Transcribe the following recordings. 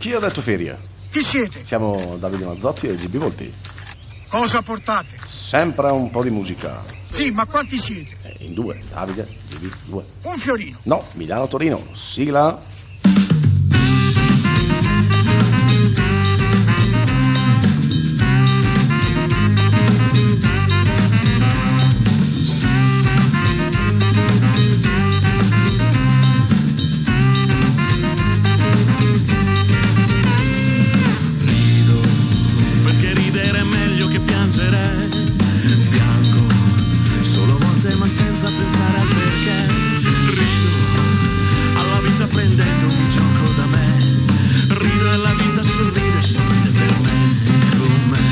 Chi ha detto ferie? Chi siete? Siamo Davide Mazzotti e GB Volpi. Cosa portate? Sempre un po' di musica. Sì, ma quanti siete? In due, Davide, GB, due. Un fiorino. No, Milano-Torino, sigla. Senza pensare al perché rido alla vita prendendo un gioco da me, rido e la vita sorride, sorride per me, con me.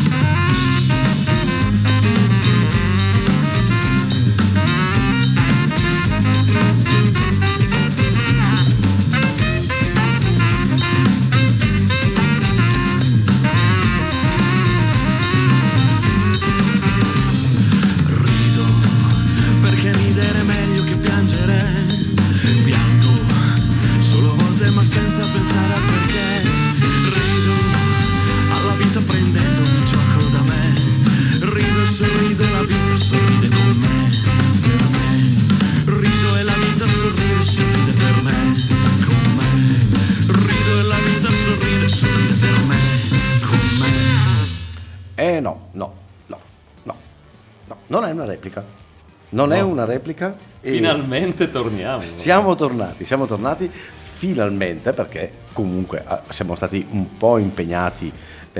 Ma senza pensare al perché rido alla vita prendendo ogni gioco da me, rido e sorrido e la vita sorride con me, per me, rido e la vita sorride, sorride per me, con me, rido e la vita sorride, sorride per me, con me. No, non è una replica. Non è una replica. Finalmente torniamo. Siamo tornati. Finalmente, perché comunque siamo stati un po' impegnati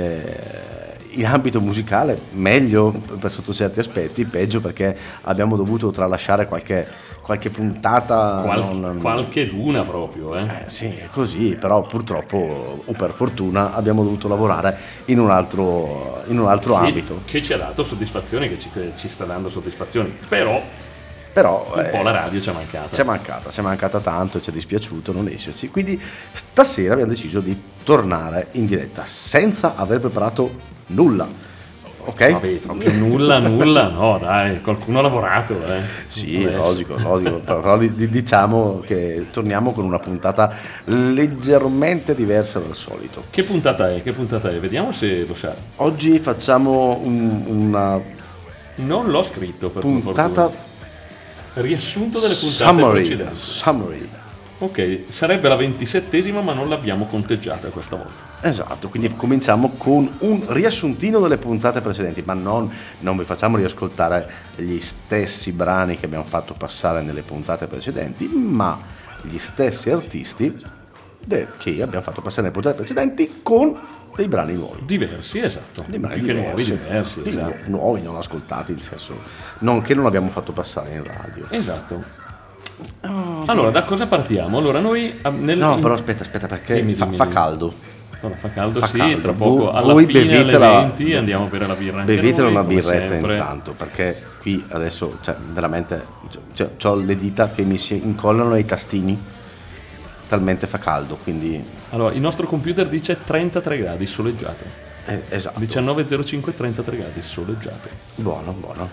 in ambito musicale, meglio per sotto certi aspetti, peggio perché abbiamo dovuto tralasciare qualche puntata. Qualcheduna proprio. Sì, è così, però purtroppo o per fortuna abbiamo dovuto lavorare in un altro ambito. Che ci ha dato soddisfazioni, che ci sta dando soddisfazioni, però un po' la radio ci è mancata. Ci è mancata tanto, ci è dispiaciuto non esserci. Quindi stasera abbiamo deciso di tornare in diretta senza aver preparato nulla. Ok? Vabbè, proprio nulla, no, dai, qualcuno ha lavorato. Sì, logico, però diciamo che torniamo con una puntata leggermente diversa dal solito. Che puntata è? Vediamo se lo sa. Oggi facciamo una non l'ho scritto per puntata riassunto delle puntate precedenti. Summary. Ok, sarebbe la 27esima, ma non l'abbiamo conteggiata questa volta. Esatto, quindi cominciamo con un riassuntino delle puntate precedenti, ma non vi facciamo riascoltare gli stessi brani che abbiamo fatto passare nelle puntate precedenti, ma gli stessi artisti che abbiamo fatto passare nelle puntate precedenti con dei brani nuovi. Diversi, esatto. Diversi. Nuovi, non ascoltati, nel senso che non abbiamo fatto passare in radio. Esatto. Allora, da cosa partiamo? Allora, noi però aspetta, perché fa caldo. Allora, fa caldo. Tra Voi poco alla fine alle 20 andiamo a bere la birra. Bevete una birretta intanto, perché qui adesso veramente c'ho le dita che mi si incollano ai tastini, talmente fa caldo, quindi. Allora, il nostro computer dice 33 gradi soleggiato. Esatto. 19.05, 33 gradi soleggiato. Buono.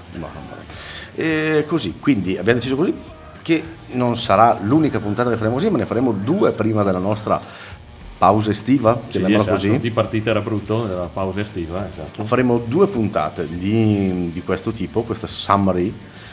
E così, quindi abbiamo deciso così che non sarà l'unica puntata che faremo così, ma ne faremo due prima della nostra pausa estiva, chiamiamola così. Di partita era brutto, la pausa estiva, esatto. Faremo due puntate di questo tipo, questa summary,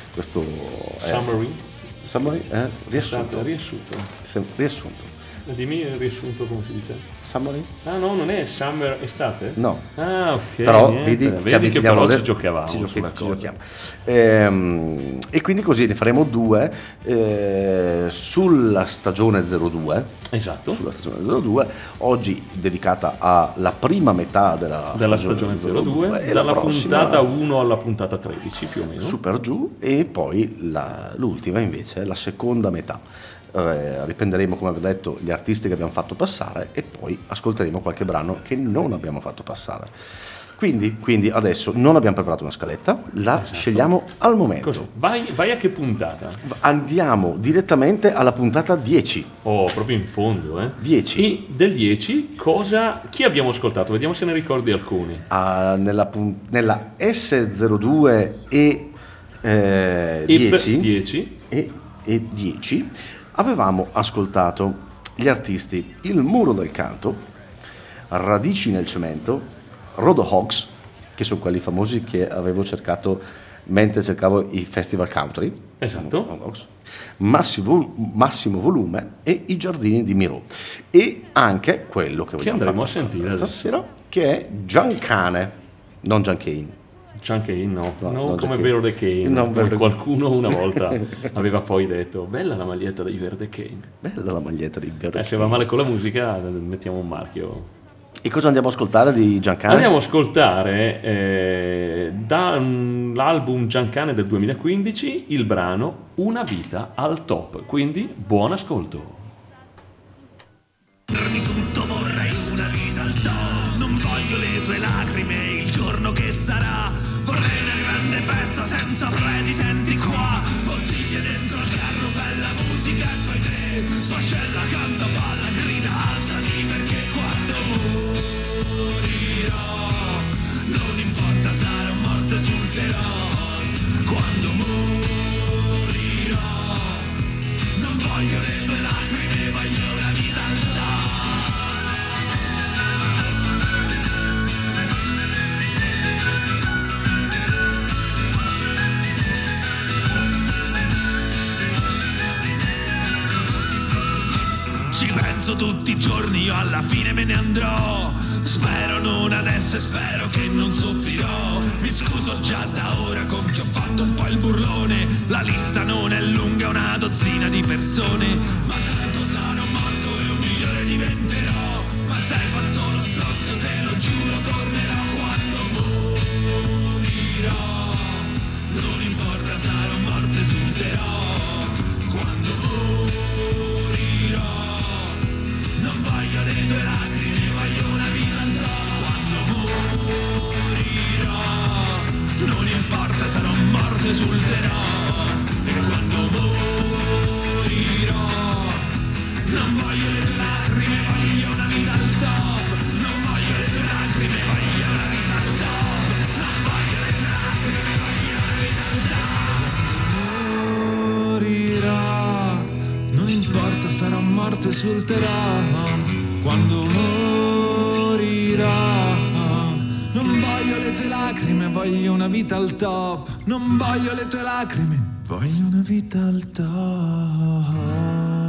riassunto. Dimmi il riassunto come si dice? Summary? Ah no, non è summer estate? No. Ah, ok. Però vedi che però ci giocavamo. Ci giochiamo. E quindi così ne faremo due sulla stagione 02. Esatto. Sulla stagione 02, oggi dedicata alla prima metà della stagione 02 e dalla puntata 1 alla puntata 13 più o meno. Su per giù, e poi l'ultima invece, la seconda metà. Riprenderemo, come avevo detto, gli artisti che abbiamo fatto passare e poi ascolteremo qualche brano che non abbiamo fatto passare. Quindi adesso non abbiamo preparato una scaletta, scegliamo al momento. Così. Vai a che puntata? Andiamo direttamente alla puntata 10. Oh, proprio in fondo, 10. E del 10 chi abbiamo ascoltato? Vediamo se ne ricordi alcuni. Nella S02 e 10 e 10 avevamo ascoltato gli artisti Il Muro del Canto, Radici nel cemento, Roadhogs, che sono quelli famosi che avevo cercato mentre cercavo i festival country. Esatto. Massimo volume e i giardini di Miro. E anche quello che vogliamo andremo a sentire stasera, che è Giancane, non Giancane. Giancane no come Verde Cane. Qualcuno una volta aveva poi detto bella la maglietta dei Verde Cane. Bella la maglietta dei Verde Cane. Se va male con la musica mettiamo un marchio. E cosa andiamo a ascoltare di Giancane? Andiamo a ascoltare dall'album Giancane del 2015 il brano Una vita al top, quindi buon ascolto. Di tutto vorrei una vita al top, non voglio le tue lacrime il giorno che sarà, vorrei una grande festa senza preti, senti qua, bottiglie dentro al carro, bella musica e poi te, sfascella, canta, balla, grida, alzati perché quando morirò, non importa sarò morto esulterò, quando morirò, non voglio le tue lacrime, voglio una vita al top. Ci penso tutti i giorni, io alla fine me ne andrò. Spero non adesso e spero che non soffrirò. Mi scuso già da ora con chi ho fatto un po' il burlone. La lista non è lunga, una dozzina di persone. Ma tanto sarò morto e un migliore diventerò. Ma se hai fatto lo stronzo te lo giuro tornerò quando morirò. Non importa sarò morto esulterò. Quando morirò. Non voglio le tue lacrime, voglio una vita al top. Quando morirò, non importa, sarò morto, esulterò. E quando morirò, non voglio le tue lacrime, voglio una vita al top. Non voglio le tue lacrime, voglio una vita al top. Non voglio le tue lacrime, voglio una vita al top. Morirò, non importa, sarò morto, esulterò. Quando morirò, non voglio le tue lacrime, voglio una vita al top. Non voglio le tue lacrime, voglio una vita al top.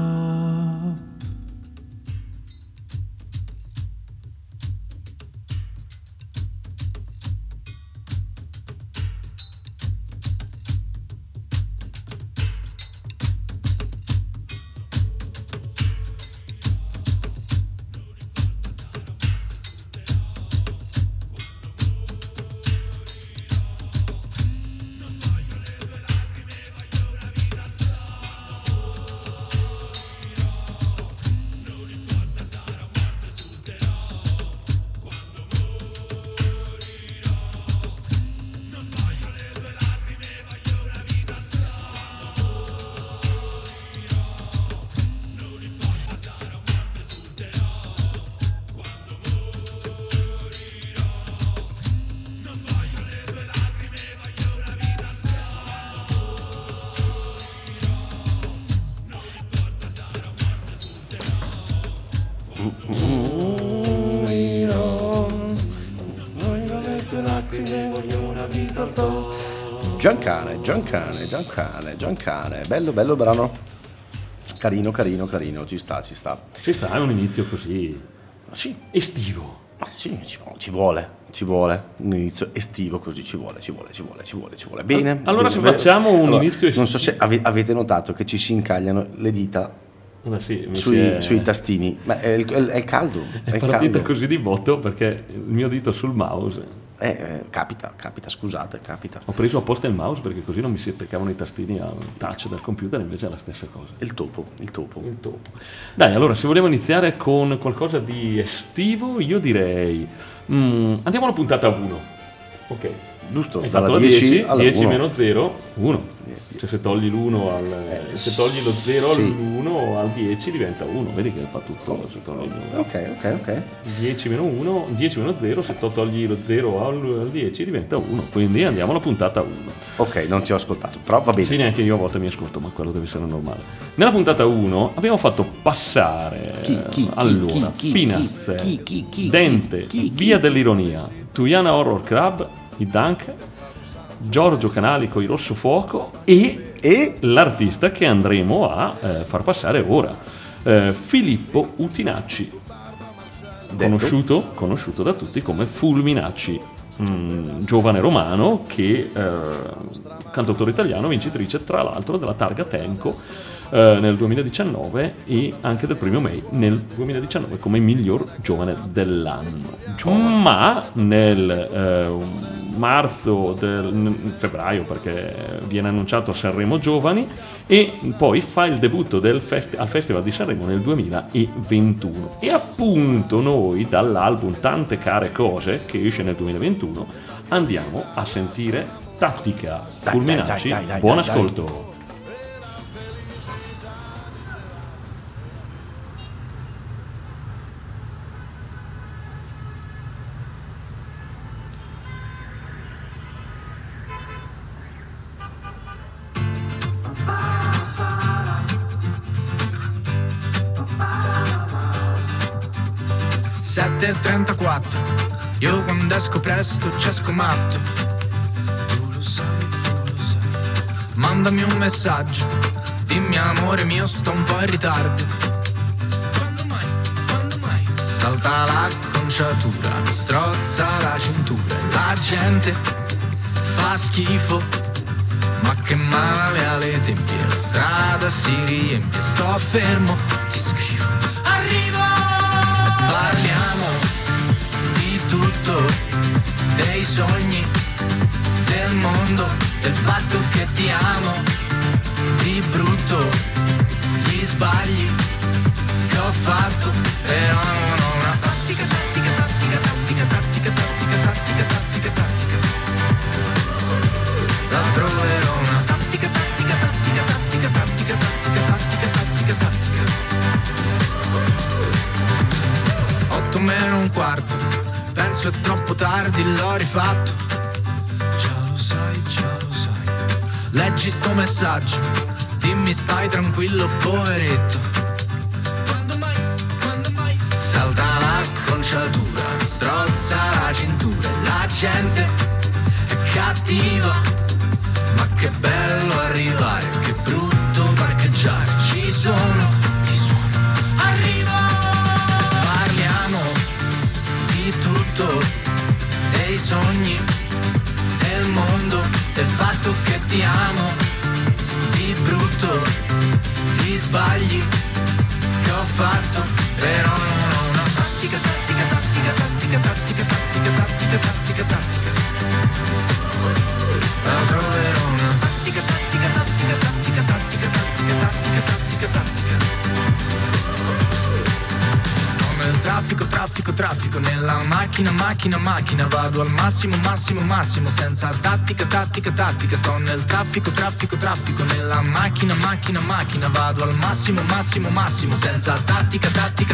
Giancane, bello brano, carino, ci sta. Ci sta, è un inizio così, sì, estivo. Sì, ci vuole un inizio estivo così, ci vuole. Bene. Allora bene, se facciamo un inizio estivo. Non so se avete notato che ci si incagliano le dita sì, sui tastini, ma è il caldo. È partita così di botto perché il mio dito sul mouse. Capita, scusate, capita. Ho preso apposta il mouse perché così non mi si attaccavano i tastini al touch del computer, invece è la stessa cosa. Il topo. Dai, allora se vogliamo iniziare con qualcosa di estivo, io direi andiamo alla puntata 1. Ok, giusto, Hai dalla fatto la 10 10, alla 10 1. meno 0, 1. Cioè se togli l'1 se togli lo 0 sì. all'1 al 10 diventa 1. Vedi che fa tutto se togli il numero. Ok. 10 meno 1, 10 meno 0, se togli lo 0 al 10 diventa 1. Quindi andiamo alla puntata 1. Ok, non ti ho ascoltato, però va bene. Sì, neanche io a volte mi ascolto, ma quello deve essere normale. Nella puntata 1 abbiamo fatto passare Finaz, Dente, Via dell'Ironia, Tuyana Horror Club, i Dunk, Giorgio Canali con i Rosso Fuoco e l'artista che andremo a far passare ora, Filippo Utinacci, conosciuto da tutti come Fulminacci, giovane romano che cantautore italiano, vincitrice tra l'altro della targa Tenco nel 2019 e anche del premio May nel 2019 come miglior giovane dell'anno. Ma nel febbraio, perché viene annunciato a Sanremo Giovani, e poi fa il debutto al Festival di Sanremo nel 2021. E appunto noi dall'album Tante Care Cose, che esce nel 2021, andiamo a sentire Tattica. Fulminacci, buon ascolto. Sette e 34, io quando esco presto ci esco matto. Tu lo sai, mandami un messaggio, dimmi amore mio sto un po' in ritardo. Quando mai, salta l'acconciatura, mi strozza la cintura e la gente fa schifo. Ma che male alle tempie, la strada si riempie, sto fermo, ti scrivo, arrivo. Parliamo di tutto, dei sogni, del mondo, del fatto che ti amo, di brutto, gli sbagli che ho fatto, però non ho una tattica. La troverò una tattica. 8 meno un quarto, penso è troppo tardi, l'ho rifatto. Già lo sai, leggi sto messaggio, dimmi stai tranquillo poveretto. Quando mai, salta l'acconciatura, mi strozza la cintura e la gente è cattiva. Ma che bello arrivare, che brutto parcheggiare, ci sono, ti suono, arrivo. Parliamo di tutto, dei sogni, del mondo, del fatto che ti amo, di brutto, gli sbagli che ho fatto, però non ho una tattica. La troverò una tattica. Sto nel traffico, nella macchina, vado al massimo, senza tattica. Sto nel traffico, nella macchina, vado al massimo, senza tattica.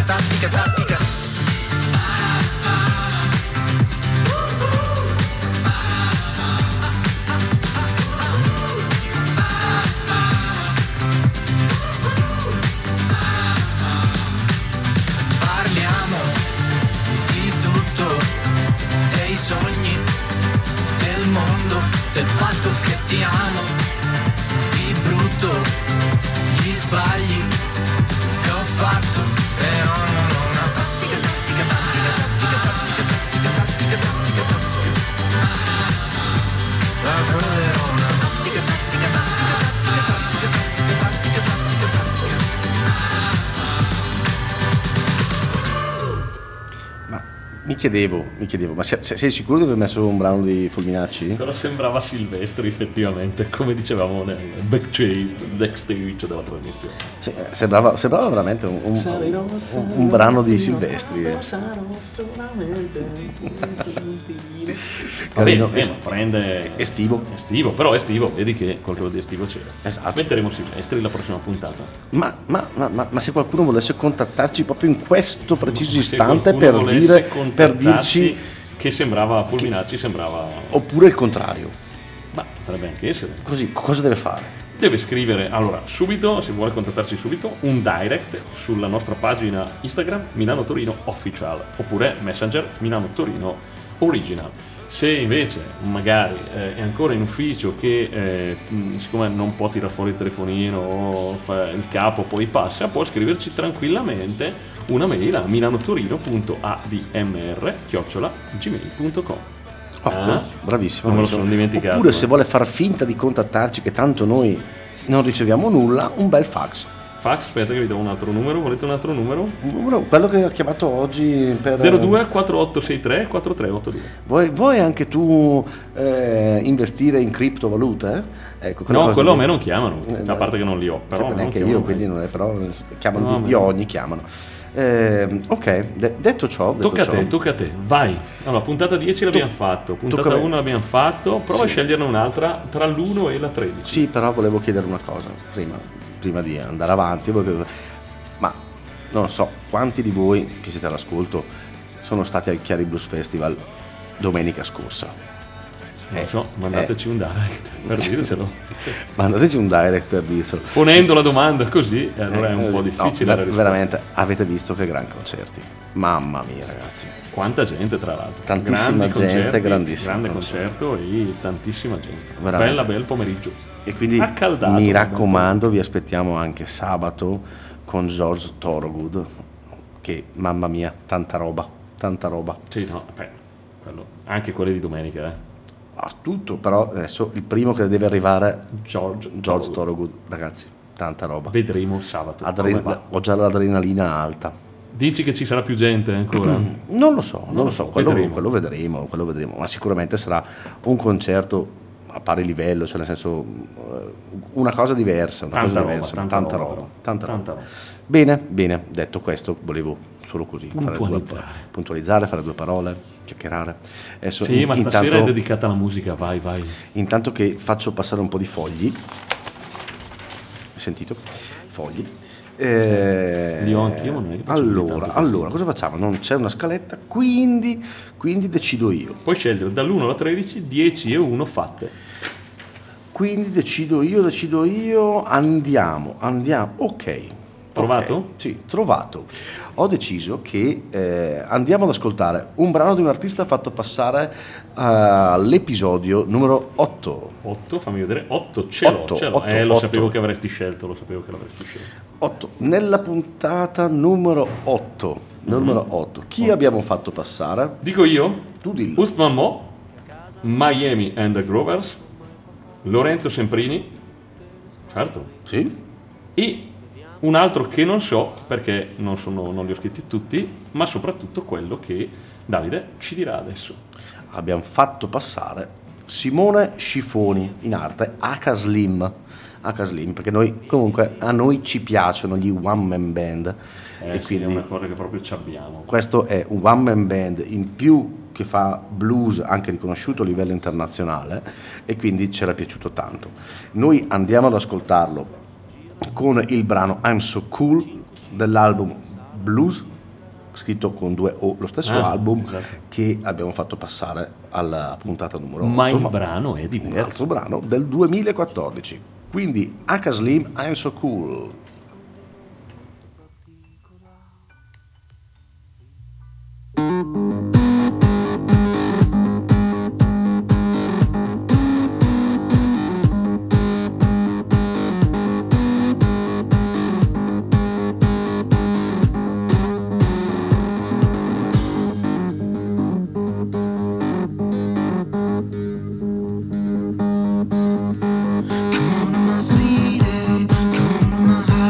Sogni del mondo, del fatto che ti amo, di brutto, gli sbagli che ho fatto, però non ho una tattica. Mi chiedevo, ma sei sicuro di aver messo un brano di Fulminacci? Però sembrava Silvestri effettivamente, come dicevamo nel backstage della trasmissione. Sì, sembrava veramente un brano di Silvestri. Carino, prende estivo, però estivo, vedi che qualcosa di estivo c'era. Esatto. Metteremo Silvestri la prossima puntata. Ma se qualcuno volesse contattarci proprio in questo preciso istante per dirci che sembrava Fulminacci, sembrava, oppure il contrario, ma potrebbe anche essere così, cosa deve fare? Deve scrivere allora subito, se vuole contattarci subito, un direct sulla nostra pagina Instagram Milano Torino Official oppure Messenger Milano Torino Original. Se invece magari è ancora in ufficio che siccome non può tirare fuori il telefonino o fa il capo poi passa, può scriverci tranquillamente una mail a milanotorino.admr@gmail.com. Bravissimo, non me lo sono dimenticato. Oppure se vuole far finta di contattarci che tanto noi non riceviamo nulla, un bel fax. Aspetta che vi do un altro numero, volete un altro numero? Quello che ho chiamato oggi per 02 4863 4382. Vuoi anche tu investire in criptovalute? Ecco, no, quello a me non chiamano, a parte che non li ho, però neanche io, quindi non è, però chiamano di ogni chiamano. Ok, detto ciò, tocca a te, vai. Allora, puntata 10 l'abbiamo fatto, puntata 1 l'abbiamo fatto, prova a sceglierne un'altra tra l'1 e la 13. Sì, però volevo chiedere una cosa prima di andare avanti, ma non so quanti di voi che siete all'ascolto sono stati al Chiari Blues Festival domenica scorsa. Non so, mandateci un direct per dircelo. Mandateci un direct per dircelo. Ponendo la domanda così, allora è un po' difficile. No, veramente, avete visto che gran concerti. Mamma mia, ragazzi. Quanta gente, tra l'altro. Tantissima gente, grandissimo. Grande concerto e tantissima gente. Veramente. Bel pomeriggio. E quindi accaldato, mi raccomando, vi aspettiamo anche sabato con George Thorogood, che mamma mia, tanta roba. Sì, no, quello. Anche quelli di domenica, tutto, però adesso il primo che deve arrivare George Thorogood, ragazzi, tanta roba. Vedremo sabato. Ho già l'adrenalina alta. Dici che ci sarà più gente ancora? Non lo so, quello vedremo, ma sicuramente sarà un concerto a pari livello, cioè nel senso una cosa diversa, tanta roba. Bene, detto questo, volevo solo così puntualizzare, fare due parole, chiacchierare. Adesso, sì, ma stasera è dedicata alla musica, vai. Intanto che faccio passare un po' di fogli, sentito? Fogli. Li ho anch'io, ma non è che allora, cosa facciamo? Non c'è una scaletta, quindi decido io. Puoi scegliere dall'1 alla 13, 10 e 1 fatte. Quindi decido io, andiamo, ok. Trovato? Okay. Sì, trovato. Ho deciso che andiamo ad ascoltare un brano di un artista fatto passare all'episodio numero 8. 8, fammi vedere. 8, ce l'ho. Lo sapevo che l'avresti scelto. 8. Nella puntata numero 8. Chi abbiamo fatto passare? Dico io? Tu dillo. Ustman Mo, Miami and the Grovers, Lorenzo Semprini, certo. Sì. E un altro che non so, perché non li ho scritti tutti, ma soprattutto quello che Davide ci dirà adesso. Abbiamo fatto passare Simone Scifoni, in arte H Slim, perché a noi ci piacciono gli one man band, e quindi è una cosa che proprio ci abbiamo. Questo è un one man band in più che fa blues anche riconosciuto a livello internazionale, e quindi ci era piaciuto tanto. Noi andiamo ad ascoltarlo con il brano I'm So Cool dell'album Blues, scritto con 2 O, lo stesso album, esatto, che abbiamo fatto passare alla puntata numero 8. Ma il brano è diverso. Un altro brano del 2014. Quindi H Slim, I'm So Cool. Come on in my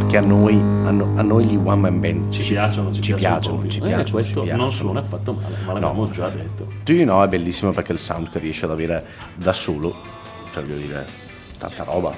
che a noi gli one man band ci piacciono. Questo ci non suona affatto male, ma l'abbiamo già detto. È bellissimo perché il sound che riesce ad avere da solo, cioè voglio dire, tanta roba.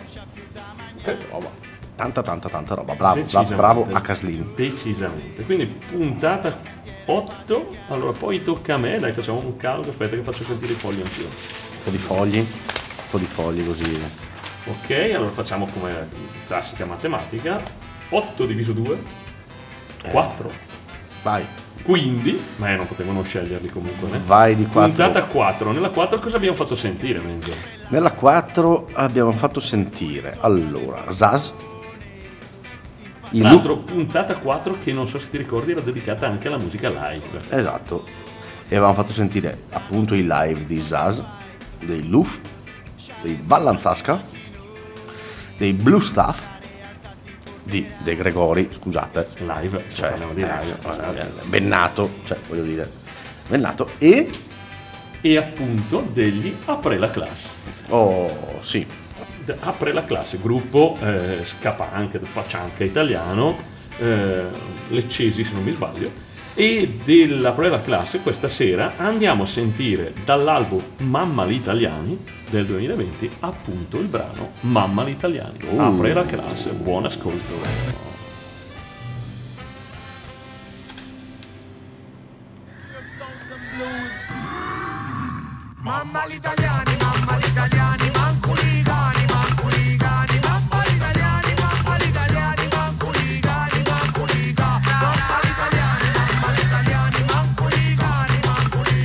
Tanta roba. Bravo a Caslin. Decisamente. Quindi puntata 8. Allora poi tocca a me, dai, facciamo un caldo, aspetta che faccio sentire i fogli anch'io. Un po' di fogli così. Ok, allora facciamo come classica matematica. 8 diviso 2 4. Vai. Quindi, ma non potevano sceglierli comunque, né? Vai di 4. Puntata 4. Nella 4 cosa abbiamo fatto sentire, Menzo? Nella 4 abbiamo fatto sentire, allora, Zaz. Tra l'altro, puntata 4 che non so se ti ricordi era dedicata anche alla musica live. Esatto. E avevamo fatto sentire appunto i live di Zaz, dei Luf, dei Vallanzasca, dei Blue Staff, di De Gregori, scusate. Live, cioè parliamo di live. Bennato, cioè voglio dire, Bennato e appunto degli Apre la Classe. Oh, sì. Apre la Classe, gruppo scapante, faccianca italiano, leccesi se non mi sbaglio, e dell'Apre la Classe questa sera andiamo a sentire dall'album Mamma gli Italiani del 2020 appunto il brano Mamma gli Italiani. Apre la Classe, buon ascolto. Mamma gli italiani, manco ligani, mamma gli italiani, manco ligani, mamma gli italiani, manco ligani, mamma gli italiani, mamma gli italiani, manco ligani, mamma gli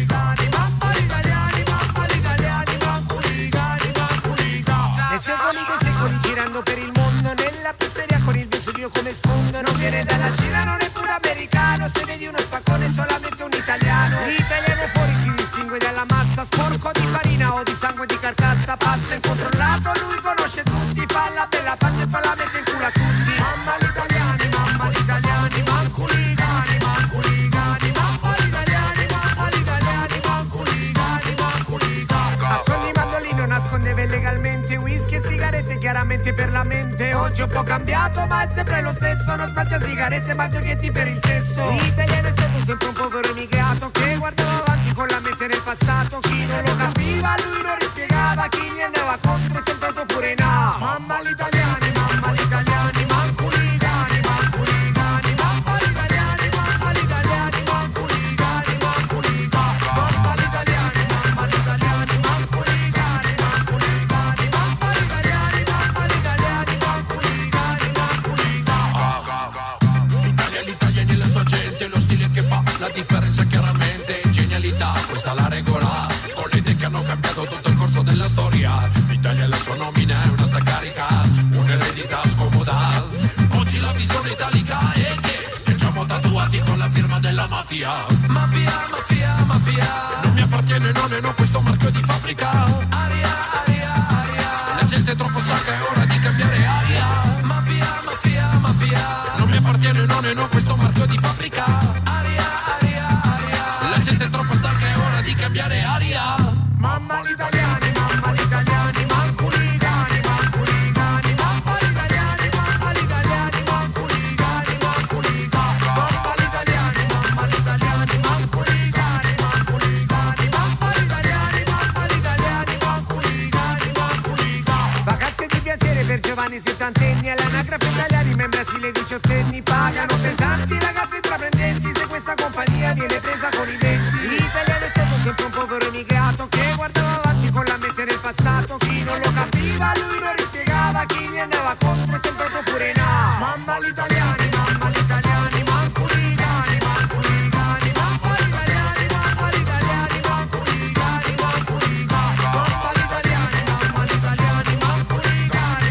italiani, manco ligani. E secoli girando per il mondo, nella pizzeria con il Vesuvio come sfondo, non viene dalla Cina, non è pure americano, se vedi uno spaccone solamente un italiano. L'italiano fuori si distingue dalla massa, sporco di farina o di sangue di carcassa, passa incontrollato, lui conosce tutti, fa la bella pace e poi la mette in culo a tutti. Mamma gli italiani, manco ligani, mamma gli italiani, manco ligani. A suon di mandolino nascondeva illegalmente whisky e sigarette chiaramente per la mente. Oggi è un po' cambiato ma è sempre lo stesso, non spaccia sigarette ma giochetti per il sesso. L'italiano è stato sempre un povero immigrato che guardava avanti con la mente nel passato. Chi non lo capiva lui non rispiegava, chi gli andava contro soltanto pure no. Mamma gli italiani, manco ligani, mamma gli italiani, manco ligani, mamma gli italiani, manco ligani, mamma gli italiani, manco ligani, mamma gli italiani. L'Italia nella sua gente, lo stile che fa la differenza chiaramente, genialità, questa è la regola, con le idee che hanno cambiato tutto il corso della storia. L'Italia e la sua nomina è un'alta carica, un'eredità scomoda. Oggi la visione italica è che ci siamo tatuati con la firma della mafia. Mafia, non mi appartiene, non questo marchio di fabbrica. Aria, la gente è troppo stanca, è ora di cambiare aria. Mafia, non mi appartiene, non questo marchio di fabbrica. Aria, la gente è troppo stanca, è ora di cambiare aria. Mamma gli italiani, manco ligani, mamma gli italiani, manco ligani, mamma gli italiani, manco ligani, mamma gli italiani, manco ligani, Vacanze di piacere per giovani settantenni, all'anagrafe italiani, ma in Brasile 18enni pagano pesanti, ragazzi intraprendenti, se questa compagnia viene presa con i denti. L'italiano è stato sempre un povero immigrato che guardava avanti con la mente nel passato. Chi non lo capiva lui non rispiegava, chi gli andava contro soltanto pure no. Mamma gli italiani, manco ligani, mamma gli italiani, manco ligani, mamma gli italiani, manco ligani, mamma gli italiani, manco ligani,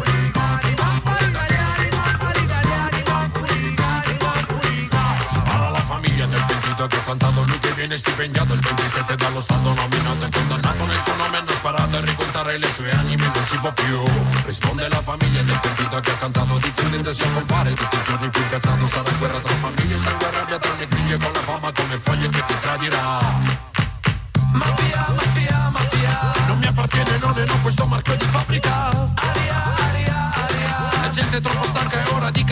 Spara la famiglia del pentito che ha cantato, lui che viene stipendiato il 27 dallo Stato, nominato e condannato nel suo nome, hanno sparato a ricontare le sue anime, non si può più. Risponde la famiglia del pentito che ha cantato, difendendosi a compare tutti i giorni più incazzato. Sarà guerra tra famiglie, sangue e rabbia tra le figlie, con la fama come foglie che ti tradirà. Mafia, non mi appartiene, non questo marchio di fabbrica. Aria, la gente è troppo stanca, è ora di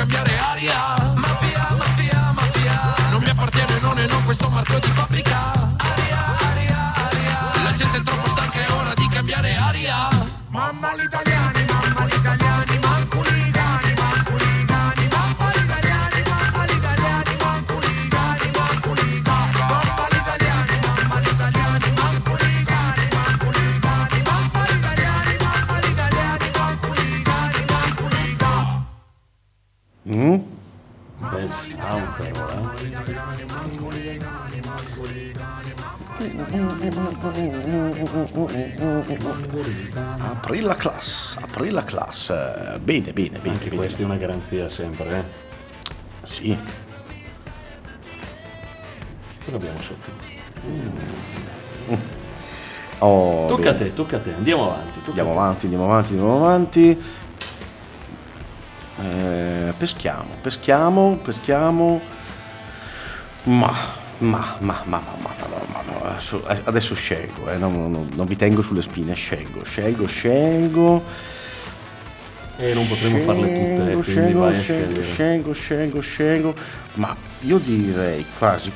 Siamo però, Aprilla class. Bene. Anche questa è una garanzia sempre, Sì. Cosa abbiamo sotto? Oh, Tocca bene. a te, andiamo avanti. Andiamo avanti. Peschiamo. Ma. Adesso scelgo, non vi tengo sulle spine, scelgo. E non potremo farle tutte, quindi vai a scegliere. Scelgo. Ma io direi quasi.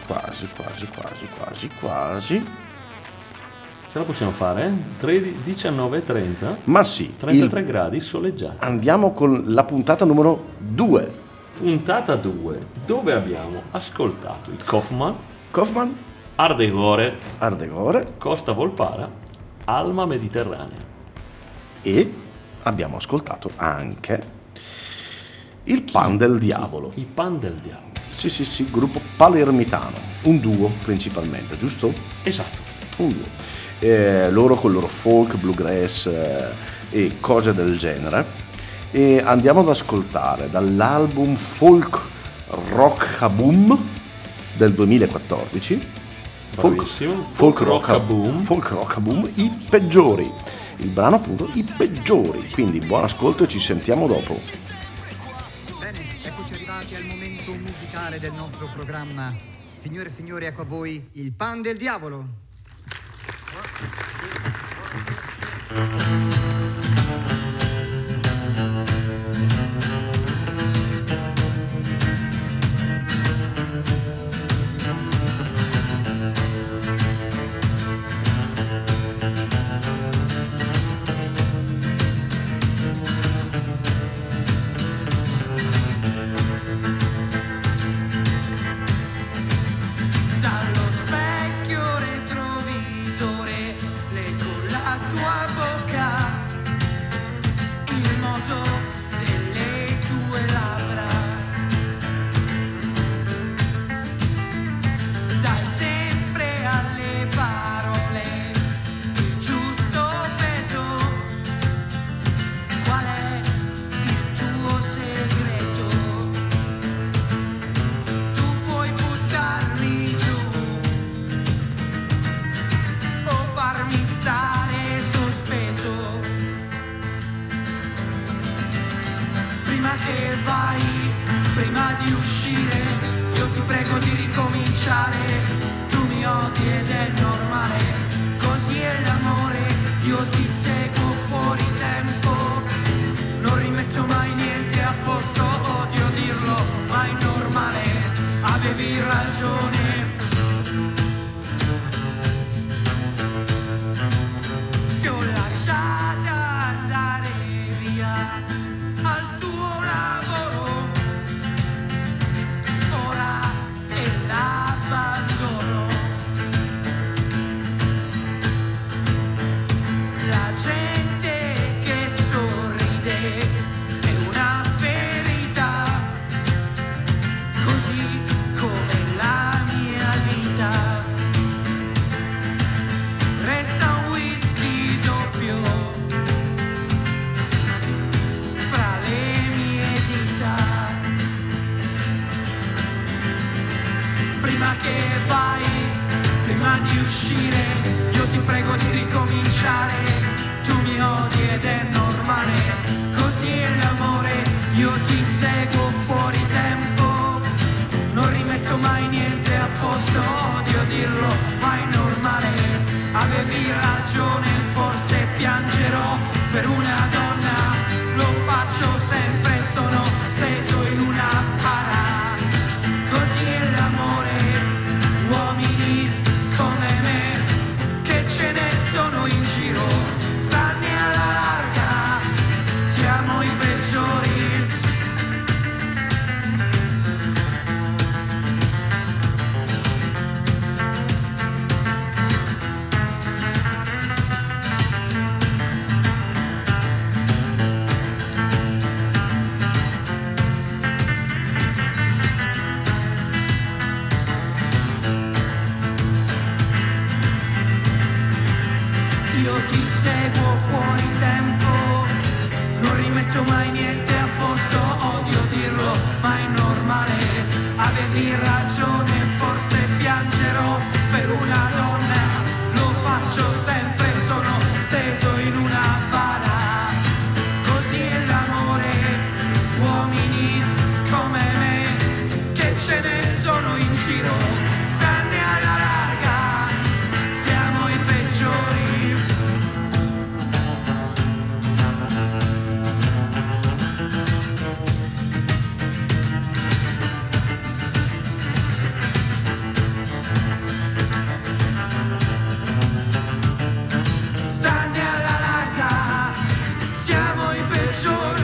Ce la possiamo fare? 19:30? Ma sì. 33 gradi soleggiati. Andiamo con la puntata numero 2. Puntata 2, dove abbiamo ascoltato i Kaufman, Ardegore, Costa Volpara, Alma Mediterranea. e abbiamo ascoltato anche il Pan del Diavolo. I Pan del Diavolo. Sì, gruppo palermitano, un duo principalmente, giusto? Esatto. Un duo. Loro con il loro folk, bluegrass e cose del genere. E andiamo ad ascoltare dall'album Folk Rock-a-Boom del 2014. Bravissimo. Folk Rock-a-Boom, i peggiori. Il brano appunto I peggiori. Quindi buon ascolto e ci sentiamo dopo. Bene, eccoci arrivati al momento musicale del nostro programma. Signore e signori, ecco a voi il Pan del Diavolo. Dallo specchio retrovisore leggo la tua bocca, il moto delle tue labbra. Dai sempre alle parole il giusto peso. Qual è il tuo segreto? Tu puoi buttarmi giù o farmi stare sospeso. Prima che vai, prima di uscire, io ti prego di ricominciare. Tu mi odi ed è normale, così è l'amore. Io ti seguo fuori tempo, non rimetto mai niente a posto. Odio dirlo, ma è normale, avevi ragione. Ti ho lasciata andare via al tuo lavoro, ora è l'abbandono. La gente che sorride è una verità, così come la mia vita. Resta un whisky doppio fra le mie dita. Prima che vai, prima di uscire, io ti prego di ricominciare. Tu mi odi ed è normale, così è l'amore. Io ti seguo fuori tempo, non rimetto mai niente a posto. Odio dirlo, ma è normale, avevi ragione. Forse piangerò per una donna, lo faccio sempre, sono steso in una bara. Così è l'amore, uomini come me, che ce ne sono in giro, stanne alla larga, siamo i peggiori. niente a posto, odio dirlo, ma è normale. Avevi ragione, forse piangerò per una donna. Lo faccio sempre, sono steso in una bara. Così è l'amore, uomini come me, che ce ne sono in giro, stanne alla larga, siamo i peggiori. Stanne alla larga, siamo i peggiori.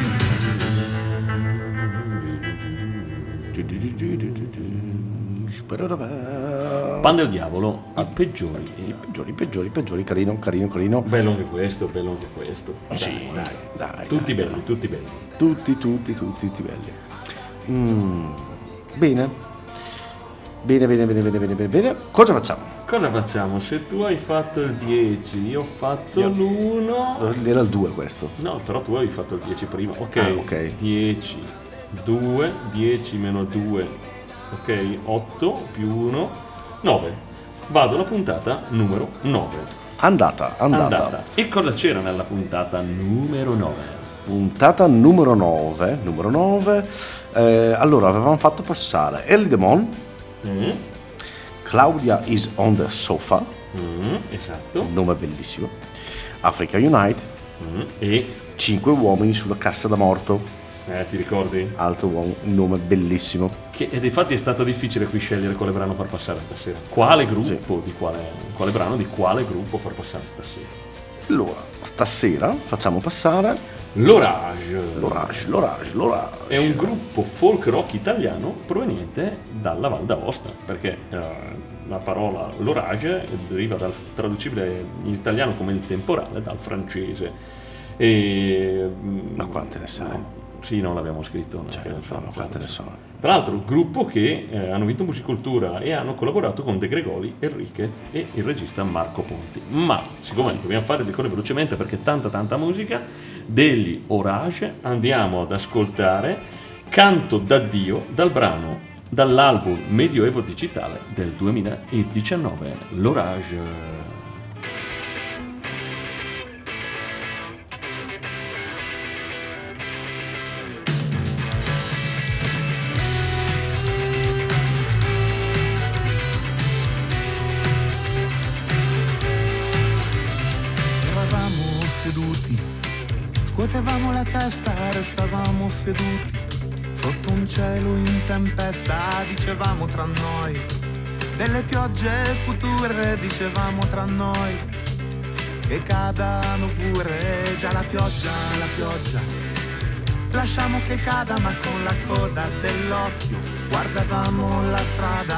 Pan del diavolo, i peggiori. I peggiori, carino. Bello anche questo. Sì, dai. Tutti belli. Tutti belli. Bene. Cosa facciamo? Se tu hai fatto il 10, io ho fatto l'1. Era il 2 questo. No, però tu hai fatto il 10 prima. Ok. Ah, ok. 10, 2, 10 meno 2. Ok, 8 più 1, 9. Vado alla puntata numero 9. Andata. E cosa c'era nella puntata numero 9? Puntata numero 9. Allora, avevamo fatto passare Ellie Demon, Claudia is on the sofa, Esatto. nome bellissimo, Africa Unite, E 5 uomini sulla cassa da morto, ti ricordi? altro uomo, un nome bellissimo. Ed infatti è stato difficile qui scegliere quale brano far passare stasera. Quale gruppo, di quale brano, di quale gruppo far passare stasera? Allora, stasera facciamo passare L'Orage. È un gruppo folk rock italiano proveniente dalla Val d'Aosta, perché la parola l'Orage deriva traducibile in italiano come il temporale, dal francese. Ma quante ne sai? Sì, non l'abbiamo scritto. Quante ne sono? Tra l'altro, gruppo che hanno vinto Musicultura e hanno collaborato con De Gregori, Enriquez e il regista Marco Ponti. Ma siccome dobbiamo fare le cose velocemente perché tanta musica, degli Orage andiamo ad ascoltare Canto d'addio dall'album Medioevo Digitale del 2019, l'Orage. Scuotevamo la testa, restavamo seduti sotto un cielo in tempesta, dicevamo tra noi delle piogge future, dicevamo tra noi che cadano pure già la pioggia, lasciamo che cada ma con la coda dell'occhio guardavamo la strada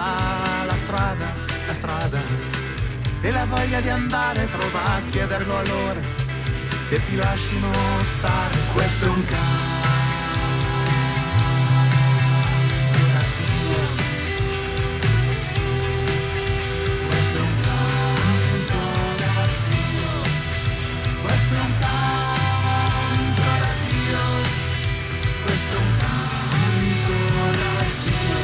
e la voglia di andare, prova a chiederlo a loro che ti lasciano stare. Questo è un canto d'addio, questo è un canto d'addio, questo è un canto d'addio, questo è un canto d'addio.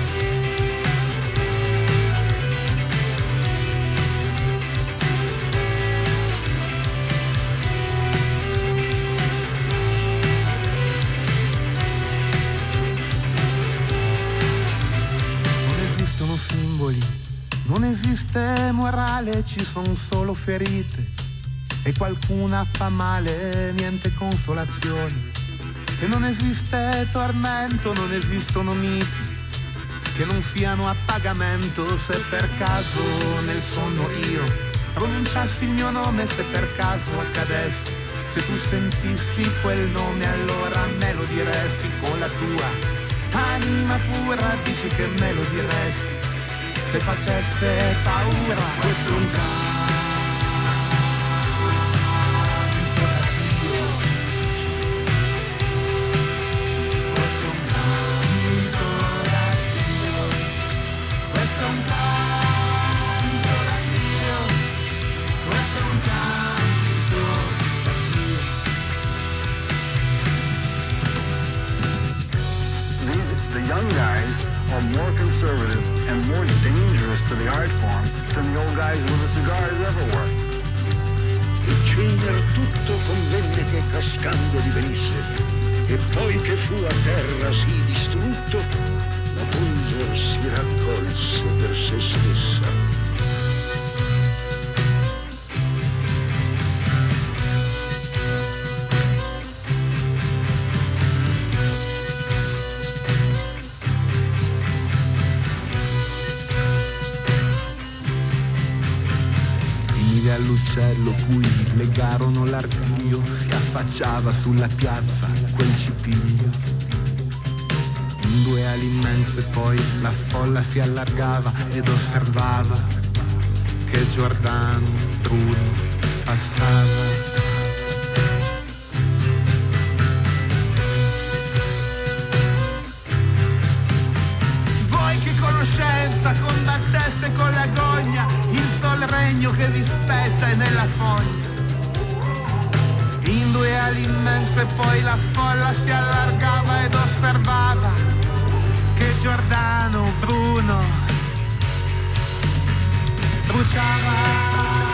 Simboli, non esiste morale, ci sono solo ferite e qualcuna fa male, niente consolazioni. Se non esiste tormento, non esistono miti che non siano a pagamento. Se per caso nel sonno io pronunciassi il mio nome, se per caso accadesse, se tu sentissi quel nome, allora me lo diresti con la tua anima pura, dici che me lo diresti se facesse paura. Questo è un canto d'addio, questo è un canto d'addio, questo è un canto d'addio, questo è un canto d'addio. young guys are more conservative and more dangerous to the art form than the old guys with the cigars ever were. Il Cinder tutto convenne che cascando divenisse, e poi che fu a terra sì distrutto, la polvere si raccolse per se stessa. All'uccello cui legarono l'artiglio, si affacciava sulla piazza quel cipiglio. In due ali immense poi la folla si allargava ed osservava che Giordano Bruno passava. Voi che conoscenza combatteste con la gogna, il sol regno che vi spetta è nella fogna. In due ali immense poi la folla si allargava ed osservava che Giordano Bruno bruciava.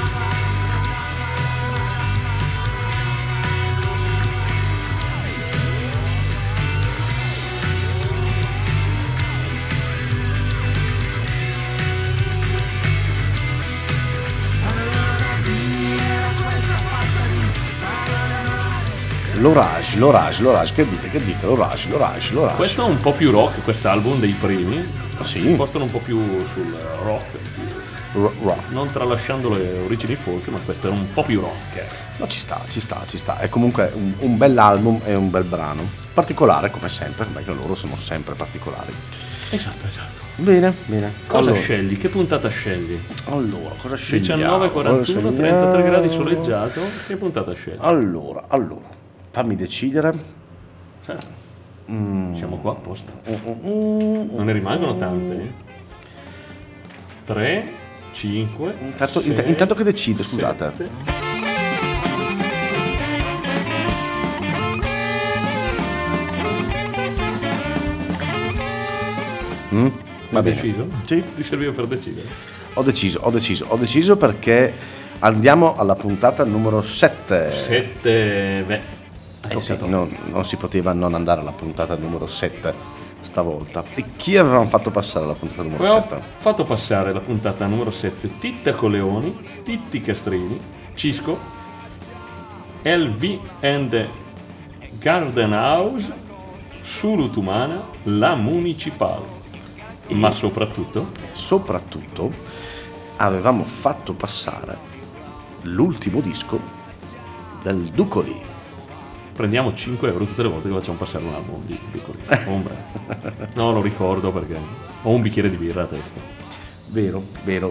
L'orage, che dite? L'orage. Questo è un po' più rock, quest'album dei primi. Sì. Spostano un po' più sul rock. Rock. Non tralasciando le origini folk, ma questo era un po' più rock. No, ci sta. È comunque un bell'album e un bel brano. Particolare come sempre, perché loro sono sempre particolari. Esatto. Bene. Cosa scegli? Che puntata scegli? Allora, cosa scegliamo? 19:41, 33 gradi soleggiato. Che puntata scegli? Allora, fammi decidere. Siamo qua apposta. Non ne rimangono tante? 3, 5. Intanto che decide, scusate. 7. Va bene. Deciso? Sì. Ti serviva per decidere? Ho deciso perché andiamo alla puntata numero 7. 7, sì, non si poteva non andare alla puntata numero 7 stavolta. E chi avevamo fatto passare la puntata numero 7? Ho fatto passare la puntata numero 7 Titta Coleoni, Titti Castrini, Cisco, LV and Garden House, Sulutumana, La Municipale. Ma soprattutto avevamo fatto passare l'ultimo disco del Ducoli. Prendiamo 5 euro tutte le volte che facciamo passare un album di Ducoli. No, lo ricordo perché ho un bicchiere di birra a testa. Vero.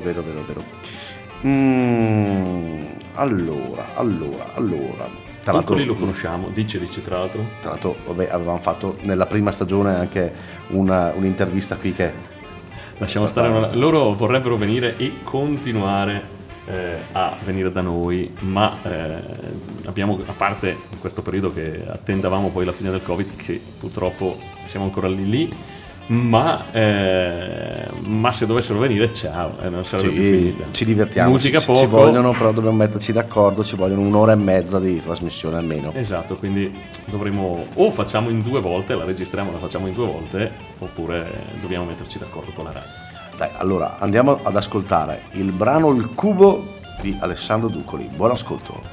Allora. Tra l'altro lo conosciamo, dice tra l'altro. Tra l'altro, avevamo fatto nella prima stagione anche un'intervista qui che... Lasciamo stare, loro vorrebbero venire e continuare a venire da noi, ma abbiamo, a parte in questo periodo che attendavamo poi la fine del Covid, che purtroppo siamo ancora lì, ma se dovessero venire, ciao, non sarebbe più finita. Ci divertiamo, musica poco. Ci vogliono, però dobbiamo metterci d'accordo, ci vogliono un'ora e mezza di trasmissione almeno. Esatto, quindi dovremo, o facciamo in 2 volte, la registriamo e la facciamo in 2 volte, oppure dobbiamo metterci d'accordo con la radio. Dai, allora andiamo ad ascoltare il brano Il Cubo di Alessandro Ducoli. Buon ascolto.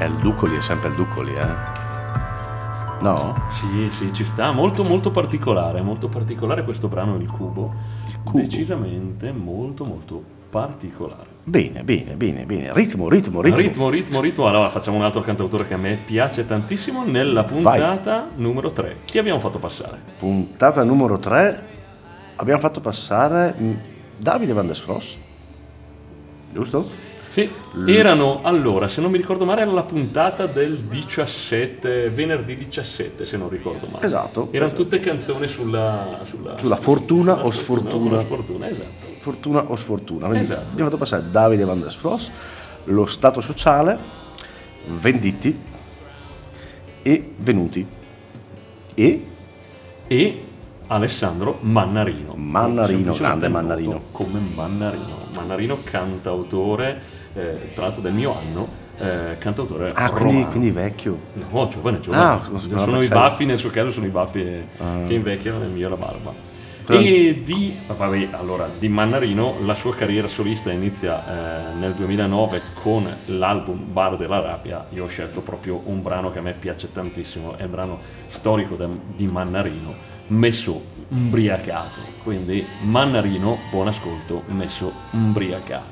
il Ducoli è sempre il Ducoli, No? Sì, ci sta, molto molto particolare questo brano, Il Cubo. Decisamente molto molto particolare. Bene. Ritmo. Allora facciamo un altro cantautore che a me piace tantissimo nella puntata numero 3. Chi abbiamo fatto passare? Puntata numero 3 abbiamo fatto passare Davide Van der Frost, giusto? Sì, erano allora, se non mi ricordo male, era la puntata del 17, venerdì 17, se non ricordo male. Esatto. Erano tutte canzoni sulla fortuna o sfortuna. Esatto. Fortuna o sfortuna. Esatto. Abbiamo fatto passare Davide Van der Frost, Lo Stato Sociale, Venditti e Venuti e Alessandro Mannarino, grande Mannarino, come Mannarino cantautore, tra l'altro del mio anno, cantautore romano. Quindi vecchio. No, giovane. Sono i baffi, nel suo caso sono i baffi che invecchiano, nel mio la barba. E di Mannarino la sua carriera solista inizia nel 2009 con l'album Bar della Rabbia. Io ho scelto proprio un brano che a me piace tantissimo, è il brano storico di Mannarino, Messo Ubriacato. Quindi Mannarino, buon ascolto, Messo Ubriacato.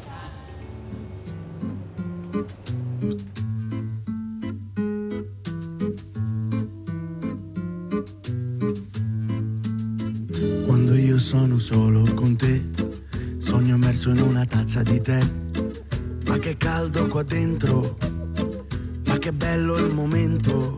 Quando io sono solo con te, sogno immerso in una tazza di tè. Ma che caldo qua dentro, ma che bello il momento.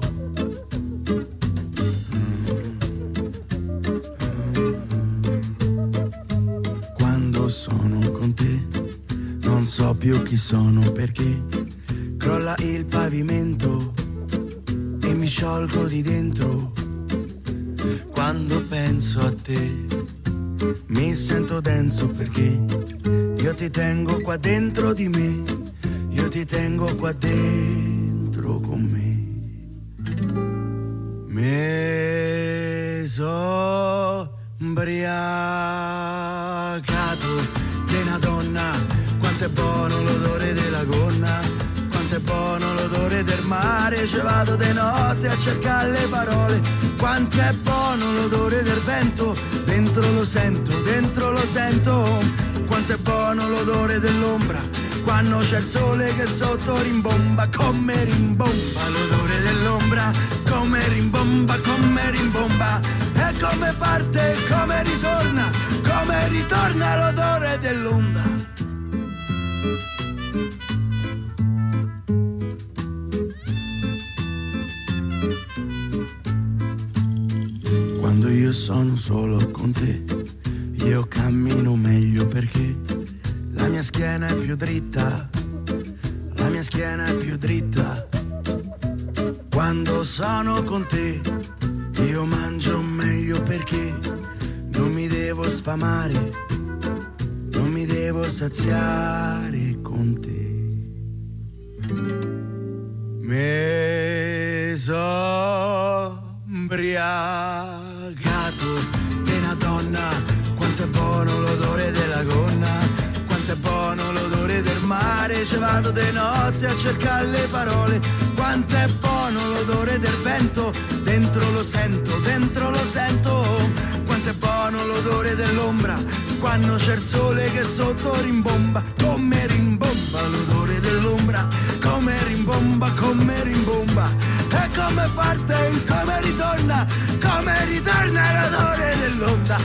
Quando sono con te, non so più chi sono perché crolla il pavimento e mi sciolgo di dentro. Quando penso a te mi sento denso perché io ti tengo qua dentro di me, io ti tengo qua dentro con me. Me so ubriacato di una donna, quanto è buono l'odore della gonna, quanto è buono l'odore del mare, ci vado di notte a cercare le parole, quanto è buono l'odore del vento, dentro lo sento, quanto è buono l'odore dell'ombra, quando c'è il sole che sotto rimbomba, come rimbomba l'odore dell'ombra, come rimbomba, e come parte, come ritorna l'odore dell'onda. Quando io sono solo con te, io cammino meglio perché la mia schiena è più dritta, la mia schiena è più dritta. Quando sono con te, io mangio meglio perché non mi devo sfamare, non mi devo saziare con te. Me so ubriacato di una donna, quanto è buono l'odore della gonna, quanto è buono l'odore del mare, ci vado di notte a cercare le parole, quanto è buono l'odore del vento, dentro lo sento, quanto è buono l'odore dell'ombra, quando c'è il sole che sotto rimbomba, come rimbomba l'odore dell'ombra, come rimbomba, e come parte, come ritorna l'odore dell'onda.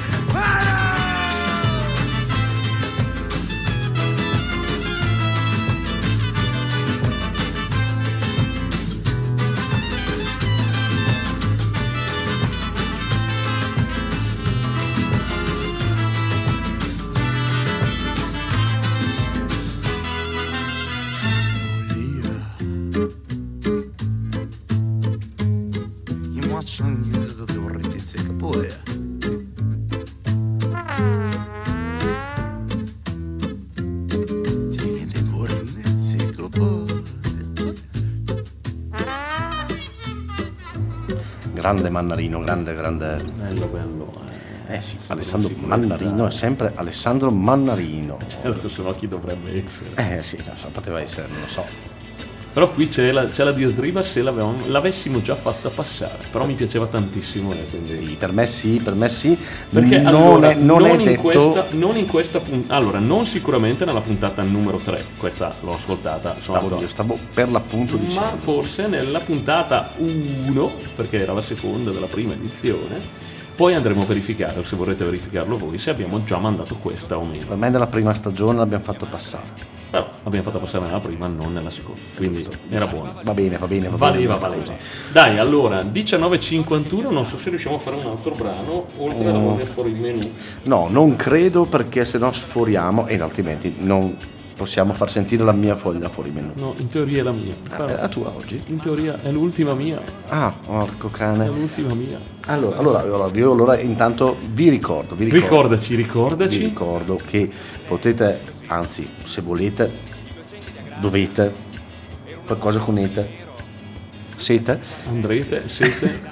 Grande Mannarino, grande. Bello. Sì, Alessandro Mannarino è sempre Alessandro Mannarino. Se no chi dovrebbe essere? Sì, poteva essere, non lo so. Però qui c'è la diatriba se l'avessimo già fatta passare, però mi piaceva tantissimo. Quindi... Per me sì. Perché non è in detto... allora, non sicuramente nella puntata numero 3, questa l'ho ascoltata. Io stavo per l'appunto dicendo. Ma forse nella puntata 1, perché era la seconda della prima edizione. Poi andremo a verificare, o se vorrete verificarlo voi, se abbiamo già mandato questa o meno. Per me nella prima stagione l'abbiamo fatto passare. Però l'abbiamo fatto passare nella prima, non nella seconda. Quindi era buono. Va bene. Valeva. Dai, allora, 19:51, non so se riusciamo a fare un altro brano, oltre alla voglia fuori il menù. No, non credo, perché se no sforiamo e altrimenti non possiamo far sentire la mia foglia fuori menù. No, in teoria è la mia. È la tua oggi? In teoria è l'ultima mia. Ah, porco cane. È l'ultima mia. Allora intanto vi ricordo. Ricordaci. Vi ricordo che potete, anzi, se volete, dovete, qualcosa con siete? Andrete, siete,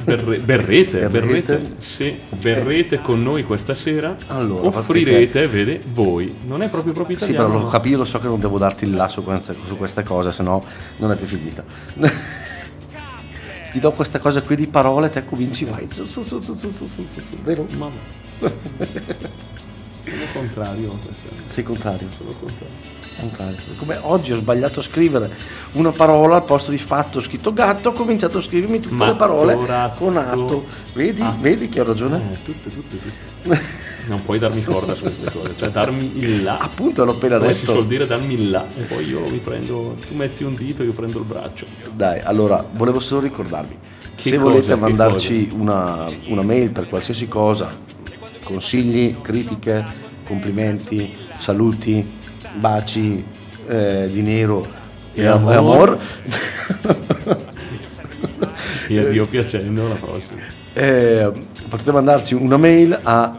berrete con noi questa sera, allora, offrirete, vede, voi, non è proprio italiano. Sì, però lo so che non devo darti il là su queste cose, se no non è più finita. Se ti do questa cosa qui di parole, te cominci, vai, su, vero? Mamma. Sono contrario a questo. Sei contrario? Sono contrario. Come oggi ho sbagliato a scrivere una parola al posto di fatto, ho scritto gatto, ho cominciato a scrivermi tutte le parole con atto. Vedi che ho ragione? Tutte. Non puoi darmi corda su queste cose, cioè darmi il là. Appunto, l'ho appena detto. Si suol dire darmi il là e poi io mi prendo, tu metti un dito, io prendo il braccio. Dai, allora, volevo solo ricordarvi, se volete mandarci una mail per qualsiasi cosa, consigli, critiche, complimenti, saluti, baci, dinero e amor. E a Dio piacendo, la prossima. Potete mandarci una mail a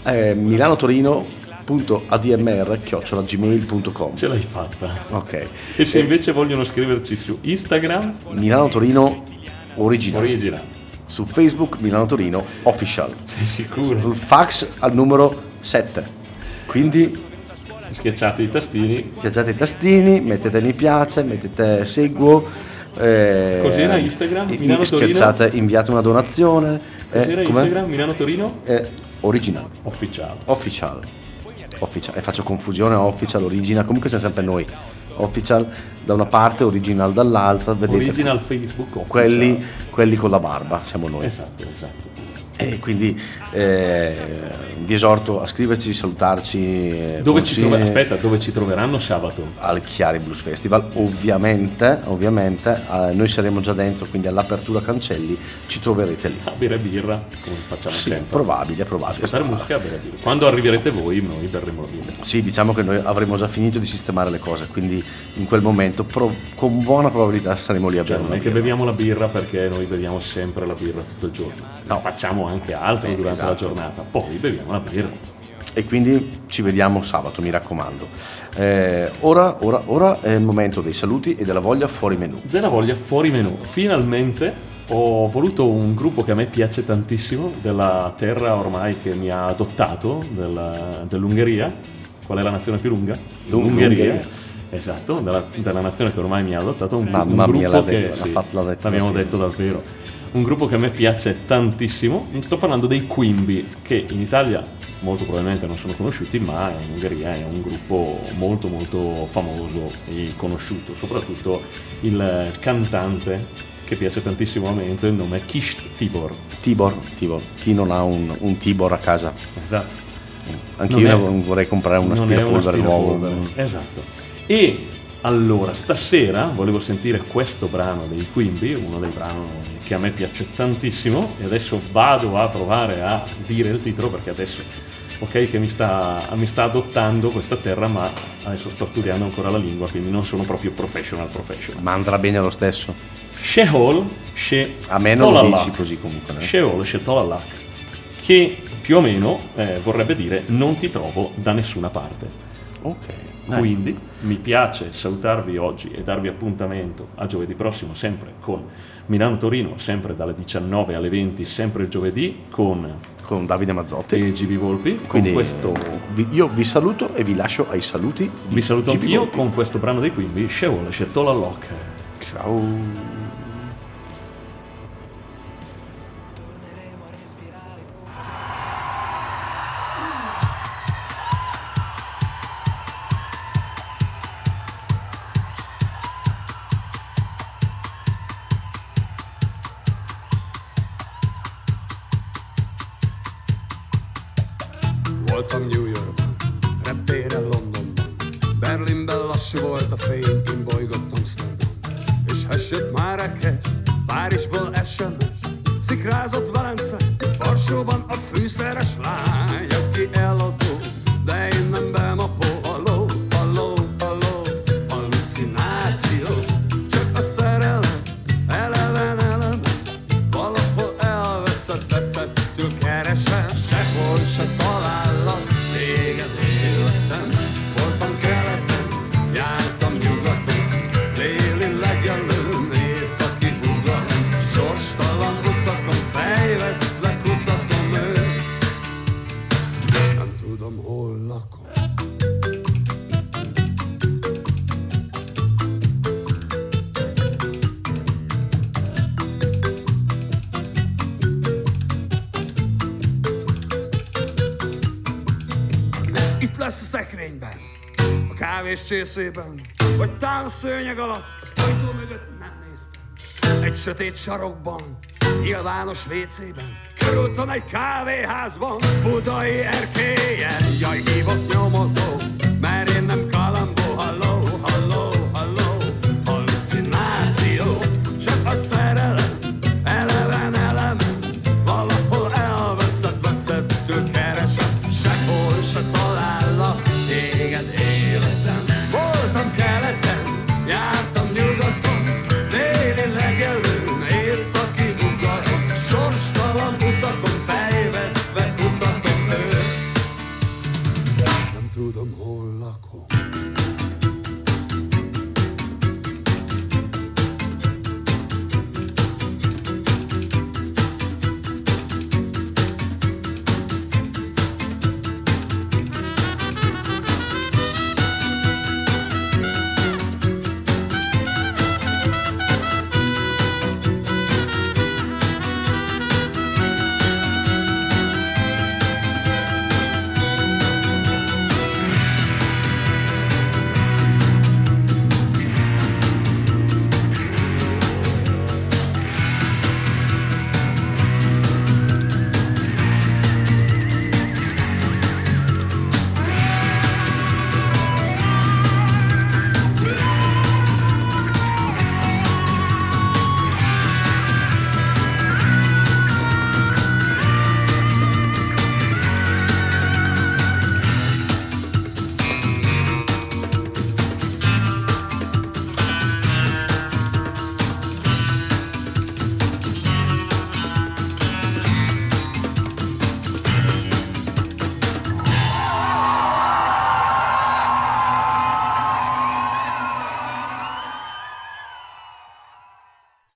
milanotorino.admr@gmail.com. Ce l'hai fatta. Ok. E se invece vogliono scriverci su Instagram, Milano Torino Original. Su Facebook Milano Torino Official. Sei sicuro? Sul fax al numero 7. Quindi schiacciate i tastini, mettete mi piace, mettete seguo. Cos'era Instagram? Milano Torino. Inviate una donazione. Cos'era Instagram? Milano Torino? Original. Official. E faccio confusione, official, original, comunque siamo sempre noi. Official da una parte, original dall'altra, vedete. Original Facebook, official. Quelli con la barba, siamo noi. Esatto. E quindi vi esorto a scriverci, salutarci. Dove ci troveranno sabato? Al Chiari Blues Festival, ovviamente noi saremo già dentro, quindi all'apertura cancelli ci troverete lì. A bere birra, come facciamo sempre. Probabile. Ascoltare musica, a bere birra. Quando arriverete voi, noi berremo la birra. Sì, diciamo che noi avremo già finito di sistemare le cose, quindi in quel momento con buona probabilità saremo lì a bere. Non è che beviamo la birra perché noi beviamo sempre la birra tutto il giorno. No, facciamo anche altro durante la giornata, poi beviamo la birra. E quindi ci vediamo sabato, mi raccomando. Ora è il momento dei saluti e della voglia fuori menù. Finalmente ho voluto un gruppo che a me piace tantissimo, della terra ormai che mi ha adottato, dell'Ungheria. Qual è la nazione più lunga? L'Ungheria. Esatto, della nazione che ormai mi ha adottato. Mamma mia, l'abbiamo detto davvero. Un gruppo che a me piace tantissimo, sto parlando dei Quimby, che in Italia molto probabilmente non sono conosciuti, ma in Ungheria è un gruppo molto molto famoso e conosciuto, soprattutto il cantante che piace tantissimo a Menzo, il nome è Kis Tibor. Tibor, chi non ha un Tibor a casa. Esatto. Anch'io vorrei comprare un aspirapolvere nuovo. Esatto. E allora, stasera volevo sentire questo brano dei Quimby, uno dei brani che a me piace tantissimo, e adesso vado a provare a dire il titolo, perché adesso, ok, che mi sta adottando questa terra, ma adesso sto studiando ancora la lingua, quindi non sono proprio professional. Ma andrà bene lo stesso? Sheol, a me non lo dici così comunque. Sheol, Shetolalak, che più o meno vorrebbe dire non ti trovo da nessuna parte. Ok. Quindi mi piace salutarvi oggi e darvi appuntamento a giovedì prossimo, sempre con Milano Torino, sempre dalle 19 alle 20, sempre il giovedì con Davide Mazzotti e GB Volpi. Quindi io vi saluto e vi lascio ai saluti. Vi saluto anch'io con questo brano dei Quimby, Sheol Shetolalak. Ciao. Voltam New Yorkban, reptéren Londonban, Berlinben lassú volt a fény, én bolygott Amsterdam. És hessett Márekes, Párizsból SMS, szikrázott Velence, Varsóban a fűszeres lány, aki eladó, de én nem bemapó. Halló, halló, halló, hallucináció, csak a szerelem, eleven, valahol elveszett, veszettől keresem, sehol se talállak téged életem. Voltam keleten, jártam nyugaton, déli legelőn, északi ugaton, sorstalan utakon, fejvesztve kutatom őt, nem tudom hol lakom. Itt lesz a szekrényben, a kávés csészében, vagy tán a szőnyeg alatt, az ajtó mögött nem néztem. Egy sötét sarokban, nyilvános WC-ben, körültem egy kávéházban, budai erkélyen. Jaj, hívott nyomozó, mert én nem kalambó. Halló, halló, halló, hallucináció, csak a szerelem, eleven, valahol elveszett, veszettől keresem, sehol se talállak téged életem. Voltam keleten, jártam nyugaton, déli legelőn, északi ugaton, sorstalan utakon, fejvesztve kutatom őt, nem tudom hol lakom.